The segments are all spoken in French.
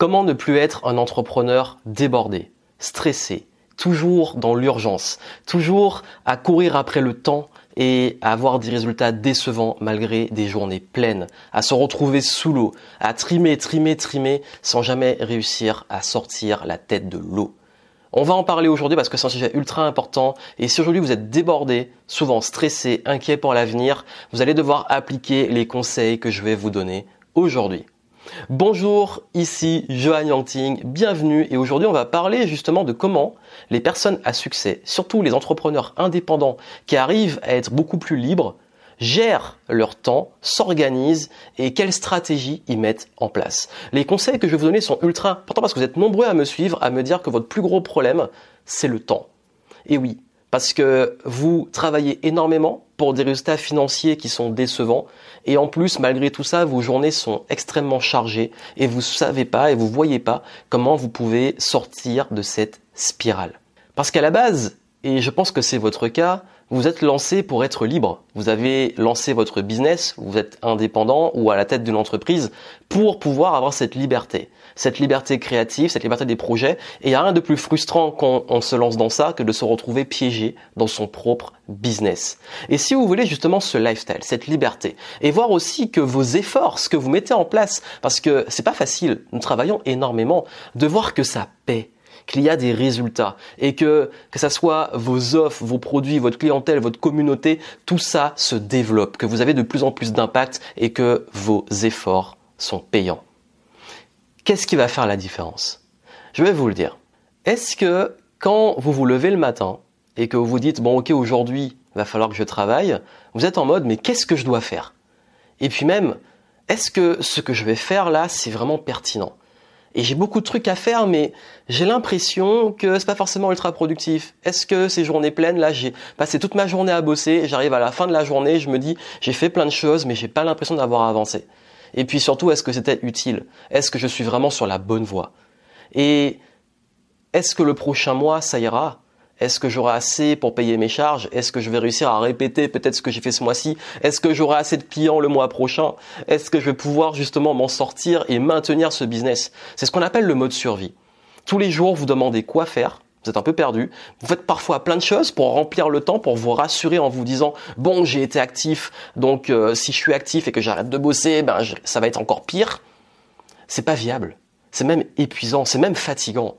Comment ne plus être un entrepreneur débordé, stressé, toujours dans l'urgence, toujours à courir après le temps et à avoir des résultats décevants malgré des journées pleines, à se retrouver sous l'eau, à trimer sans jamais réussir à sortir la tête de l'eau. On va en parler aujourd'hui parce que c'est un sujet ultra important et si aujourd'hui vous êtes débordé, souvent stressé, inquiet pour l'avenir, vous allez devoir appliquer les conseils que je vais vous donner aujourd'hui. Bonjour, ici Johan Yangting, bienvenue et aujourd'hui on va parler justement de comment les personnes à succès, surtout les entrepreneurs indépendants qui arrivent à être beaucoup plus libres, gèrent leur temps, s'organisent et quelles stratégies ils mettent en place. Les conseils que je vais vous donner sont ultra importants parce que vous êtes nombreux à me suivre, à me dire que votre plus gros problème, c'est le temps. Et oui, parce que vous travaillez énormément pour des résultats financiers qui sont décevants et en plus, malgré tout ça, vos journées sont extrêmement chargées et vous savez pas et vous voyez pas comment vous pouvez sortir de cette spirale. Parce qu'à la base, et je pense que c'est votre cas, vous êtes lancé pour être libre. Vous avez lancé votre business, vous êtes indépendant ou à la tête d'une entreprise pour pouvoir avoir cette liberté créative, cette liberté des projets. Et il n'y a rien de plus frustrant quand on se lance dans ça que de se retrouver piégé dans son propre business. Et si vous voulez justement ce lifestyle, cette liberté, et voir aussi que vos efforts, ce que vous mettez en place, parce que c'est pas facile, nous travaillons énormément, de voir que ça paie, qu'il y a des résultats et que ça soit vos offres, vos produits, votre clientèle, votre communauté, tout ça se développe, que vous avez de plus en plus d'impact et que vos efforts sont payants. Qu'est-ce qui va faire la différence? Je vais vous le dire. Est-ce que quand vous vous levez le matin et que vous vous dites « bon ok, aujourd'hui, il va falloir que je travaille », vous êtes en mode « mais qu'est-ce que je dois faire ?» Et puis même, est-ce que ce que je vais faire là, c'est vraiment pertinent? Et j'ai beaucoup de trucs à faire, mais j'ai l'impression que c'est pas forcément ultra productif. Est-ce que ces journées pleines, là, j'ai passé toute ma journée à bosser, j'arrive à la fin de la journée, je me dis, j'ai fait plein de choses, mais j'ai pas l'impression d'avoir avancé. Et puis surtout, est-ce que c'était utile? Est-ce que je suis vraiment sur la bonne voie? Et est-ce que le prochain mois, ça ira? Est-ce que j'aurai assez pour payer mes charges? Est-ce que je vais réussir à répéter peut-être ce que j'ai fait ce mois-ci? Est-ce que j'aurai assez de clients le mois prochain? Est-ce que je vais pouvoir justement m'en sortir et maintenir ce business? C'est ce qu'on appelle le mode survie. Tous les jours, vous demandez quoi faire. Vous êtes un peu perdu. Vous faites parfois plein de choses pour remplir le temps, pour vous rassurer en vous disant « bon, j'ai été actif, donc si je suis actif et que j'arrête de bosser, ça va être encore pire. » C'est pas viable. C'est même épuisant, c'est même fatigant.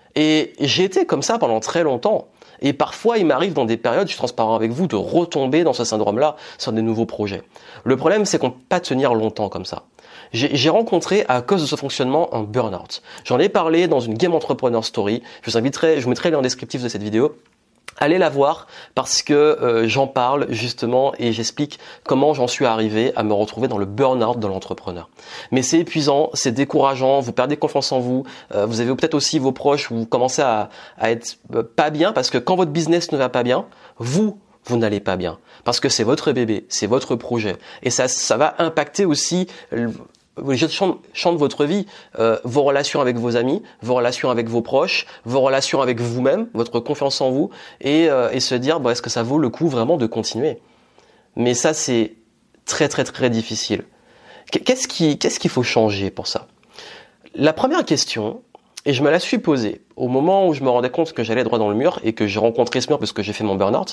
Et j'ai été comme ça pendant très longtemps. Et parfois, il m'arrive dans des périodes, je suis transparent avec vous, de retomber dans ce syndrome-là sur des nouveaux projets. Le problème, c'est qu'on ne peut pas tenir longtemps comme ça. J'ai rencontré, à cause de ce fonctionnement, un burn-out. J'en ai parlé dans une Game Entrepreneur Story. Je vous mettrai le lien descriptif de cette vidéo. Allez la voir parce que j'en parle justement et j'explique comment j'en suis arrivé à me retrouver dans le burn-out de l'entrepreneur. Mais c'est épuisant, c'est décourageant, vous perdez confiance en vous, vous avez peut-être aussi vos proches où vous commencez à être pas bien parce que quand votre business ne va pas bien, vous n'allez pas bien parce que c'est votre bébé, c'est votre projet et ça va impacter aussi les champs de votre vie, vos relations avec vos amis, vos relations avec vos proches, vos relations avec vous-même, votre confiance en vous et se dire est-ce que ça vaut le coup vraiment de continuer? Mais ça c'est très très très difficile. Qu'est-ce qu'il faut changer pour ça? La première question, et je me la suis posée au moment où je me rendais compte que j'allais droit dans le mur et que j'ai rencontré ce mur parce que j'ai fait mon burn-out,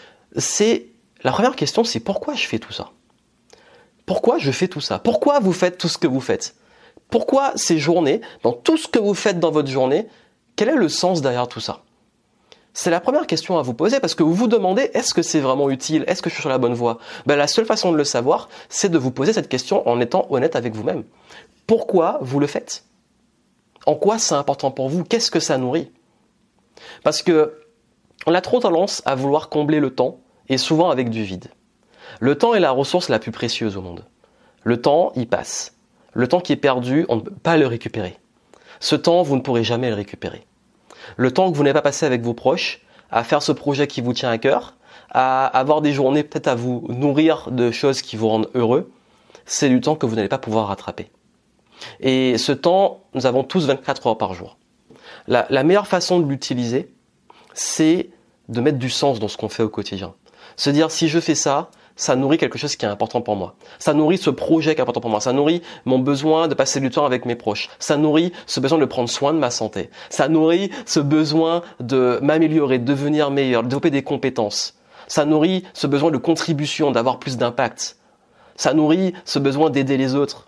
la première question c'est pourquoi je fais tout ça? Pourquoi je fais tout ça? Pourquoi vous faites tout ce que vous faites? Pourquoi ces journées, dans tout ce que vous faites dans votre journée, quel est le sens derrière tout ça? C'est la première question à vous poser parce que vous vous demandez est-ce que c'est vraiment utile? Est-ce que je suis sur la bonne voie? La seule façon de le savoir, c'est de vous poser cette question en étant honnête avec vous-même. Pourquoi vous le faites? En quoi c'est important pour vous? Qu'est-ce que ça nourrit? Parce que on a trop tendance à vouloir combler le temps et souvent avec du vide. Le temps est la ressource la plus précieuse au monde. Le temps, il passe. Le temps qui est perdu, on ne peut pas le récupérer. Ce temps, vous ne pourrez jamais le récupérer. Le temps que vous n'avez pas passé avec vos proches, à faire ce projet qui vous tient à cœur, à avoir des journées peut-être à vous nourrir de choses qui vous rendent heureux, c'est du temps que vous n'allez pas pouvoir rattraper. Et ce temps, nous avons tous 24 heures par jour. La meilleure façon de l'utiliser, c'est de mettre du sens dans ce qu'on fait au quotidien. Se dire, si je fais ça, ça nourrit quelque chose qui est important pour moi. Ça nourrit ce projet qui est important pour moi. Ça nourrit mon besoin de passer du temps avec mes proches. Ça nourrit ce besoin de prendre soin de ma santé. Ça nourrit ce besoin de m'améliorer, de devenir meilleur, de développer des compétences. Ça nourrit ce besoin de contribution, d'avoir plus d'impact. Ça nourrit ce besoin d'aider les autres.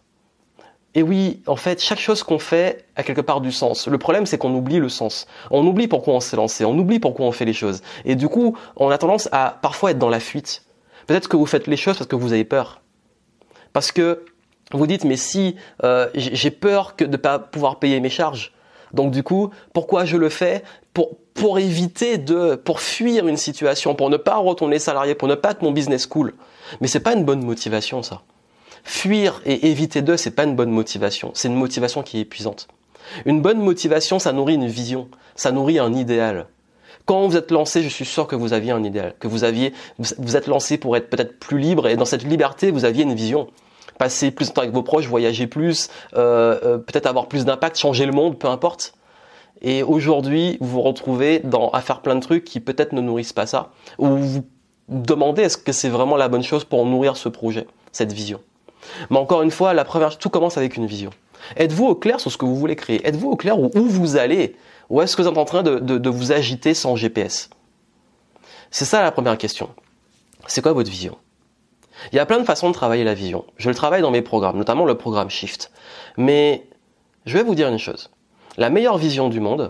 Et oui, en fait, chaque chose qu'on fait a quelque part du sens. Le problème, c'est qu'on oublie le sens. On oublie pourquoi on s'est lancé. On oublie pourquoi on fait les choses. Et du coup, on a tendance à parfois être dans la fuite. Peut-être que vous faites les choses parce que vous avez peur. Parce que vous dites, mais si j'ai peur de ne pas pouvoir payer mes charges. Donc du coup, pourquoi je le fais ? Pour éviter pour fuir une situation, pour ne pas retourner salarié, pour ne pas que mon business coule. Mais c'est pas une bonne motivation, ça. Fuir et éviter c'est pas une bonne motivation. C'est une motivation qui est épuisante. Une bonne motivation, ça nourrit une vision. Ça nourrit un idéal. Quand vous êtes lancé, je suis sûr que vous aviez un idéal, que vous êtes lancé pour être peut-être plus libre, et dans cette liberté, vous aviez une vision. Passer plus de temps avec vos proches, voyager plus, peut-être avoir plus d'impact, changer le monde, peu importe. Et aujourd'hui, vous vous retrouvez à faire plein de trucs qui peut-être ne nourrissent pas ça, ou vous vous demandez est-ce que c'est vraiment la bonne chose pour nourrir ce projet, cette vision. Mais encore une fois, tout commence avec une vision. Êtes-vous au clair sur ce que vous voulez créer ? Êtes-vous au clair où vous allez ? Ou est-ce que vous êtes en train de vous agiter sans GPS ? C'est ça la première question. C'est quoi votre vision ? Il y a plein de façons de travailler la vision. Je le travaille dans mes programmes, notamment le programme Shift. Mais je vais vous dire une chose. La meilleure vision du monde,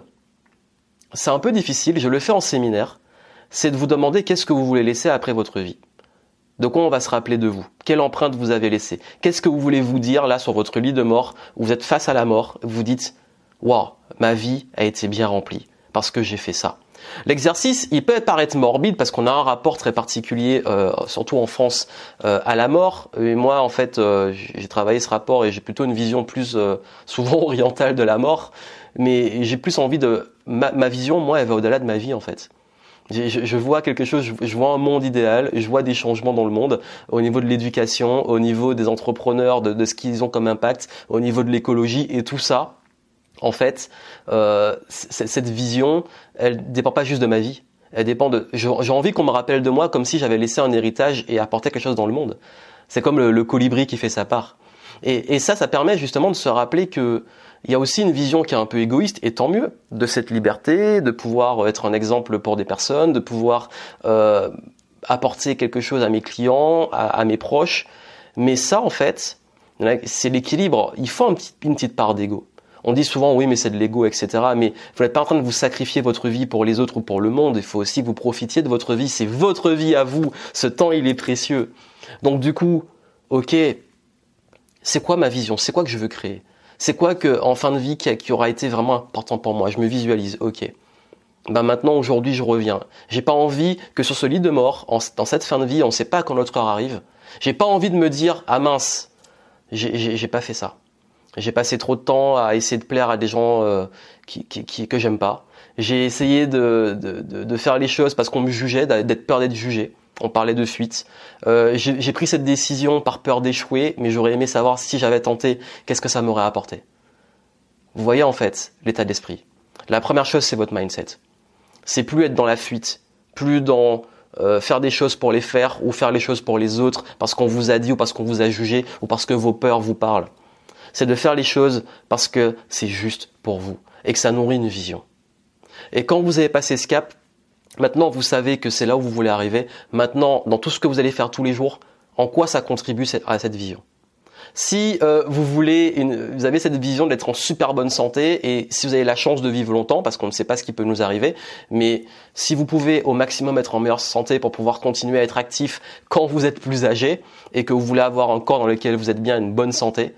c'est un peu difficile, je le fais en séminaire, c'est de vous demander qu'est-ce que vous voulez laisser après votre vie. De quoi on va se rappeler de vous ? Quelle empreinte vous avez laissée ? Qu'est-ce que vous voulez vous dire là sur votre lit de mort, où vous êtes face à la mort, vous dites « Waouh, ma vie a été bien remplie parce que j'ai fait ça ». L'exercice, il peut paraître morbide parce qu'on a un rapport très particulier, surtout en France, à la mort. Et moi, en fait, j'ai travaillé ce rapport et j'ai plutôt une vision plus souvent orientale de la mort. Mais j'ai plus envie ma vision, moi, elle va au-delà de ma vie, en fait. Je vois quelque chose, je vois un monde idéal, je vois des changements dans le monde au niveau de l'éducation, au niveau des entrepreneurs, de ce qu'ils ont comme impact, au niveau de l'écologie et tout ça. En fait, cette vision, elle dépend pas juste de ma vie. Elle dépend j'ai envie qu'on me rappelle de moi comme si j'avais laissé un héritage et apporté quelque chose dans le monde. C'est comme le colibri qui fait sa part. Et ça permet justement de se rappeler que il y a aussi une vision qui est un peu égoïste, et tant mieux, de cette liberté, de pouvoir être un exemple pour des personnes, de pouvoir apporter quelque chose à mes clients, à mes proches. Mais ça, en fait, c'est l'équilibre. Il faut une petite part d'ego. On dit souvent, oui, mais c'est de l'ego, etc. Mais vous n'êtes pas en train de vous sacrifier votre vie pour les autres ou pour le monde. Il faut aussi que vous profitiez de votre vie. C'est votre vie à vous. Ce temps, il est précieux. Donc, du coup, ok, c'est quoi ma vision ? C'est quoi que je veux créer ? C'est quoi en fin de vie qui aura été vraiment important pour moi ? Je me visualise, ok. Maintenant, aujourd'hui, je reviens. J'ai pas envie que sur ce lit de mort, dans cette fin de vie, on ne sait pas quand notre heure arrive. J'ai pas envie de me dire, ah mince, j'ai pas fait ça. J'ai passé trop de temps à essayer de plaire à des gens que j'aime pas. J'ai essayé de faire les choses parce qu'on me jugeait, d'être peur d'être jugé. On parlait de fuite. J'ai pris cette décision par peur d'échouer, mais j'aurais aimé savoir si j'avais tenté, qu'est-ce que ça m'aurait apporté. Vous voyez en fait l'état d'esprit. La première chose, c'est votre mindset. C'est plus être dans la fuite, plus dans faire des choses pour les faire ou faire les choses pour les autres parce qu'on vous a dit ou parce qu'on vous a jugé ou parce que vos peurs vous parlent. C'est de faire les choses parce que c'est juste pour vous et que ça nourrit une vision. Et quand vous avez passé ce cap, maintenant vous savez que c'est là où vous voulez arriver. Maintenant, dans tout ce que vous allez faire tous les jours, en quoi ça contribue à cette vision ? Si vous avez cette vision d'être en super bonne santé et si vous avez la chance de vivre longtemps, parce qu'on ne sait pas ce qui peut nous arriver, mais si vous pouvez au maximum être en meilleure santé pour pouvoir continuer à être actif quand vous êtes plus âgé et que vous voulez avoir un corps dans lequel vous êtes bien, une bonne santé,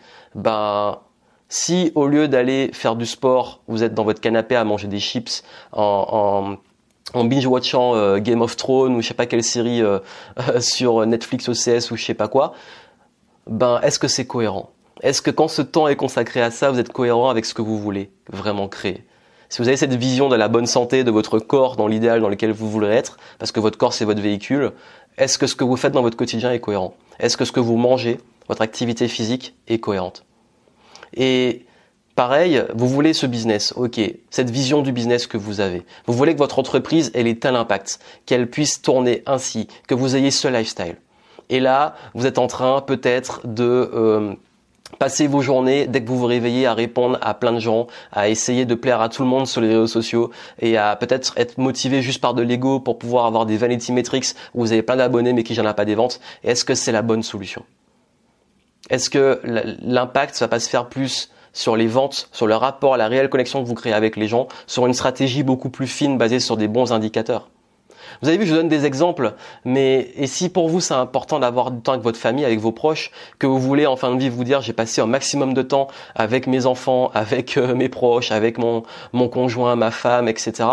si au lieu d'aller faire du sport, vous êtes dans votre canapé à manger des chips en binge-watchant Game of Thrones ou je sais pas quelle série sur Netflix OCS ou je sais pas quoi, est-ce que c'est cohérent ? Est-ce que quand ce temps est consacré à ça, vous êtes cohérent avec ce que vous voulez vraiment créer ? Si vous avez cette vision de la bonne santé, de votre corps dans l'idéal dans lequel vous voulez être, parce que votre corps c'est votre véhicule, est-ce que ce que vous faites dans votre quotidien est cohérent ? Est-ce que ce que vous mangez, votre activité physique est cohérente ? Et pareil, vous voulez ce business, ok, cette vision du business que vous avez. Vous voulez que votre entreprise elle ait tel impact, qu'elle puisse tourner ainsi, que vous ayez ce lifestyle. Et là, vous êtes en train peut-être de passer vos journées, dès que vous vous réveillez, à répondre à plein de gens, à essayer de plaire à tout le monde sur les réseaux sociaux et à peut-être être motivé juste par de l'ego pour pouvoir avoir des vanity metrics où vous avez plein d'abonnés mais qui ne génèrent pas des ventes. Et est-ce que c'est la bonne solution? Est-ce que l'impact ne va pas se faire plus sur les ventes, sur le rapport à la réelle connexion que vous créez avec les gens, sur une stratégie beaucoup plus fine basée sur des bons indicateurs? Vous avez vu, je donne des exemples, mais et si pour vous c'est important d'avoir du temps avec votre famille, avec vos proches, que vous voulez en fin de vie vous dire j'ai passé un maximum de temps avec mes enfants, avec mes proches, avec mon conjoint, ma femme, etc.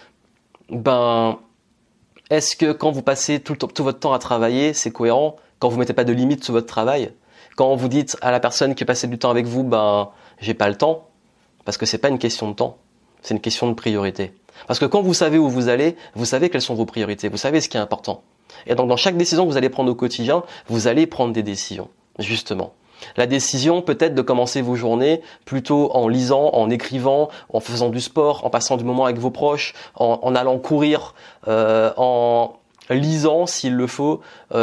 Ben, est-ce que quand vous passez tout votre temps à travailler, c'est cohérent? Quand vous mettez pas de limite sur votre travail? Quand vous dites à la personne qui passe du temps avec vous, ben, j'ai pas le temps, parce que c'est pas une question de temps, c'est une question de priorité. Parce que quand vous savez où vous allez, vous savez quelles sont vos priorités, vous savez ce qui est important. Et donc dans chaque décision que vous allez prendre au quotidien, vous allez prendre des décisions, justement. La décision peut-être de commencer vos journées plutôt en lisant, en écrivant, en faisant du sport, en passant du moment avec vos proches, en allant courir, en lisant s'il le faut,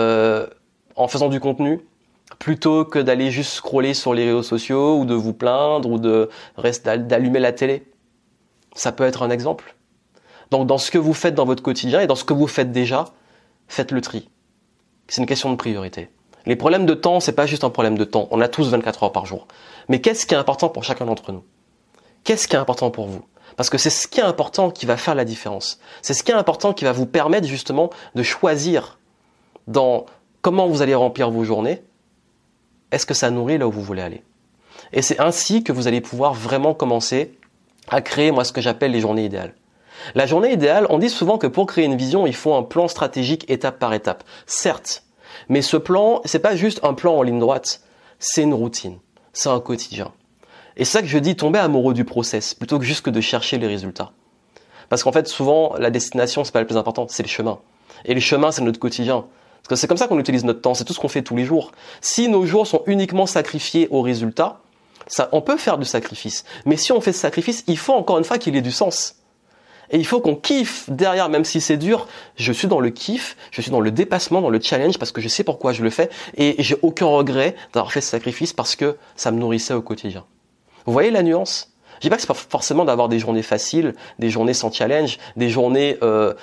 en faisant du contenu, plutôt que d'aller juste scroller sur les réseaux sociaux ou de vous plaindre ou d'allumer la télé. Ça peut être un exemple. Donc dans ce que vous faites dans votre quotidien et dans ce que vous faites déjà, faites le tri. C'est une question de priorité. Les problèmes de temps, c'est pas juste un problème de temps. On a tous 24 heures par jour. Mais qu'est-ce qui est important pour chacun d'entre nous? Qu'est-ce qui est important pour vous? Parce que c'est ce qui est important qui va faire la différence. C'est ce qui est important qui va vous permettre justement de choisir dans comment vous allez remplir vos journées. Est-ce que ça nourrit là où vous voulez aller? Et c'est ainsi que vous allez pouvoir vraiment commencer à créer, moi, ce que j'appelle les journées idéales. La journée idéale, on dit souvent que pour créer une vision, il faut un plan stratégique étape par étape. Certes, mais ce plan, c'est pas juste un plan en ligne droite, c'est une routine, c'est un quotidien. Et c'est ça que je dis, tomber amoureux du process, plutôt que juste que de chercher les résultats. Parce qu'en fait, souvent, la destination, c'est pas le plus important, c'est le chemin. Et le chemin, c'est notre quotidien. Parce que c'est comme ça qu'on utilise notre temps, c'est tout ce qu'on fait tous les jours. Si nos jours sont uniquement sacrifiés aux résultats, ça, on peut faire du sacrifice. Mais si on fait ce sacrifice, il faut encore une fois qu'il ait du sens. Et il faut qu'on kiffe derrière, même si c'est dur. Je suis dans le kiff, je suis dans le dépassement, dans le challenge, parce que je sais pourquoi je le fais. Et j'ai aucun regret d'avoir fait ce sacrifice parce que ça me nourrissait au quotidien. Vous voyez la nuance? Je dis pas que c'est pas forcément d'avoir des journées faciles, des journées sans challenge, des journées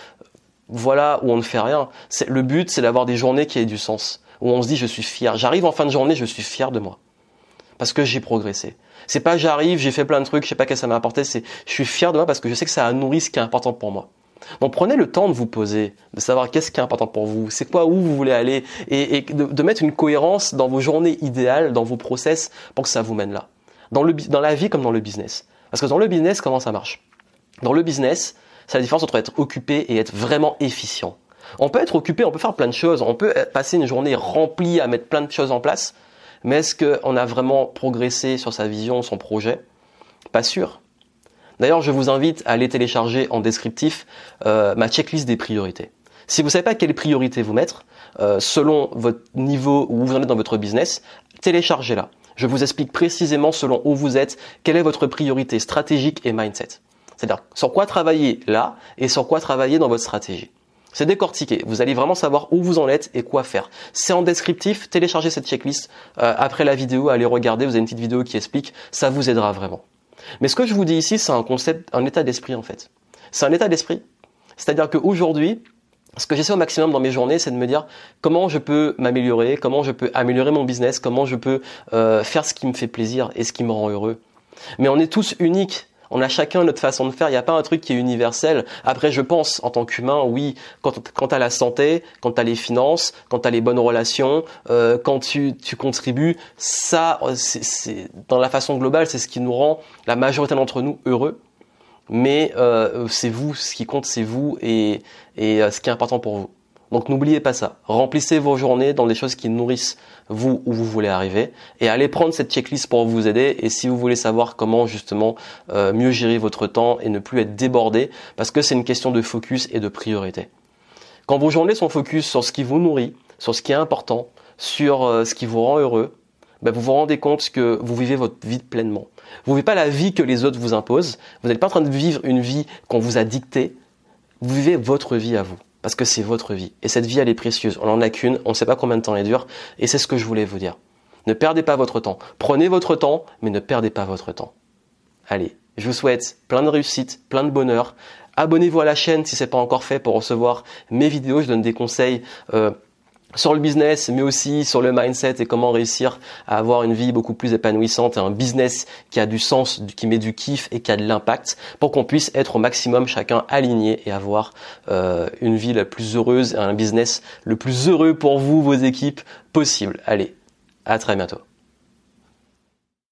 voilà, où on ne fait rien. Le but, c'est d'avoir des journées qui aient du sens. Où on se dit, je suis fier. J'arrive en fin de journée, je suis fier de moi. Parce que j'ai progressé. C'est pas j'arrive, j'ai fait plein de trucs, je sais pas qu'est-ce que ça m'a apporté, c'est je suis fier de moi parce que je sais que ça a nourri ce qui est important pour moi. Donc prenez le temps de vous poser, de savoir qu'est-ce qui est important pour vous, c'est quoi, où vous voulez aller, et de mettre une cohérence dans vos journées idéales, dans vos process, pour que ça vous mène là. Dans la vie comme dans le business. Parce que dans le business, comment ça marche? Dans le business, c'est la différence entre être occupé et être vraiment efficient. On peut être occupé, on peut faire plein de choses, on peut passer une journée remplie à mettre plein de choses en place, mais est-ce qu'on a vraiment progressé sur sa vision, son projet? Pas sûr. D'ailleurs, je vous invite à aller télécharger en descriptif ma checklist des priorités. Si vous ne savez pas quelle priorité vous mettre, selon votre niveau où vous en êtes dans votre business, téléchargez-la. Je vous explique précisément selon où vous êtes, quelle est votre priorité stratégique et mindset. C'est-à-dire sur quoi travailler là et sur quoi travailler dans votre stratégie. C'est décortiqué. Vous allez vraiment savoir où vous en êtes et quoi faire. C'est en descriptif. Téléchargez cette checklist après la vidéo. Allez regarder. Vous avez une petite vidéo qui explique. Ça vous aidera vraiment. Mais ce que je vous dis ici, c'est un concept, un état d'esprit en fait. C'est un état d'esprit. C'est-à-dire qu'aujourd'hui, ce que j'essaie au maximum dans mes journées, c'est de me dire comment je peux m'améliorer, comment je peux améliorer mon business, comment je peux faire ce qui me fait plaisir et ce qui me rend heureux. Mais on est tous uniques. On a chacun notre façon de faire, il n'y a pas un truc qui est universel. Après, je pense, en tant qu'humain, oui, quand tu as la santé, quand tu as les finances, quand tu as les bonnes relations, quand tu contribues, ça, c'est dans la façon globale, c'est ce qui nous rend, la majorité d'entre nous, heureux. Mais c'est vous, ce qui compte, c'est vous et ce qui est important pour vous. Donc n'oubliez pas ça. Remplissez vos journées dans des choses qui nourrissent vous où vous voulez arriver et allez prendre cette checklist pour vous aider. Et si vous voulez savoir comment justement mieux gérer votre temps et ne plus être débordé, parce que c'est une question de focus et de priorité. Quand vos journées sont focus sur ce qui vous nourrit, sur ce qui est important, sur ce qui vous rend heureux, ben vous vous rendez compte que vous vivez votre vie pleinement. Vous ne vivez pas la vie que les autres vous imposent. Vous n'êtes pas en train de vivre une vie qu'on vous a dictée. Vous vivez votre vie à vous. Parce que c'est votre vie. Et cette vie, elle est précieuse. On n'en a qu'une, on ne sait pas combien de temps elle dure. Et c'est ce que je voulais vous dire. Ne perdez pas votre temps. Prenez votre temps, mais ne perdez pas votre temps. Allez, je vous souhaite plein de réussite, plein de bonheur. Abonnez-vous à la chaîne si ce n'est pas encore fait pour recevoir mes vidéos. Je donne des conseils sur le business, mais aussi sur le mindset et comment réussir à avoir une vie beaucoup plus épanouissante et un business qui a du sens, qui met du kiff et qui a de l'impact pour qu'on puisse être au maximum chacun aligné et avoir une vie la plus heureuse et un business le plus heureux pour vous, vos équipes possible. Allez, à très bientôt.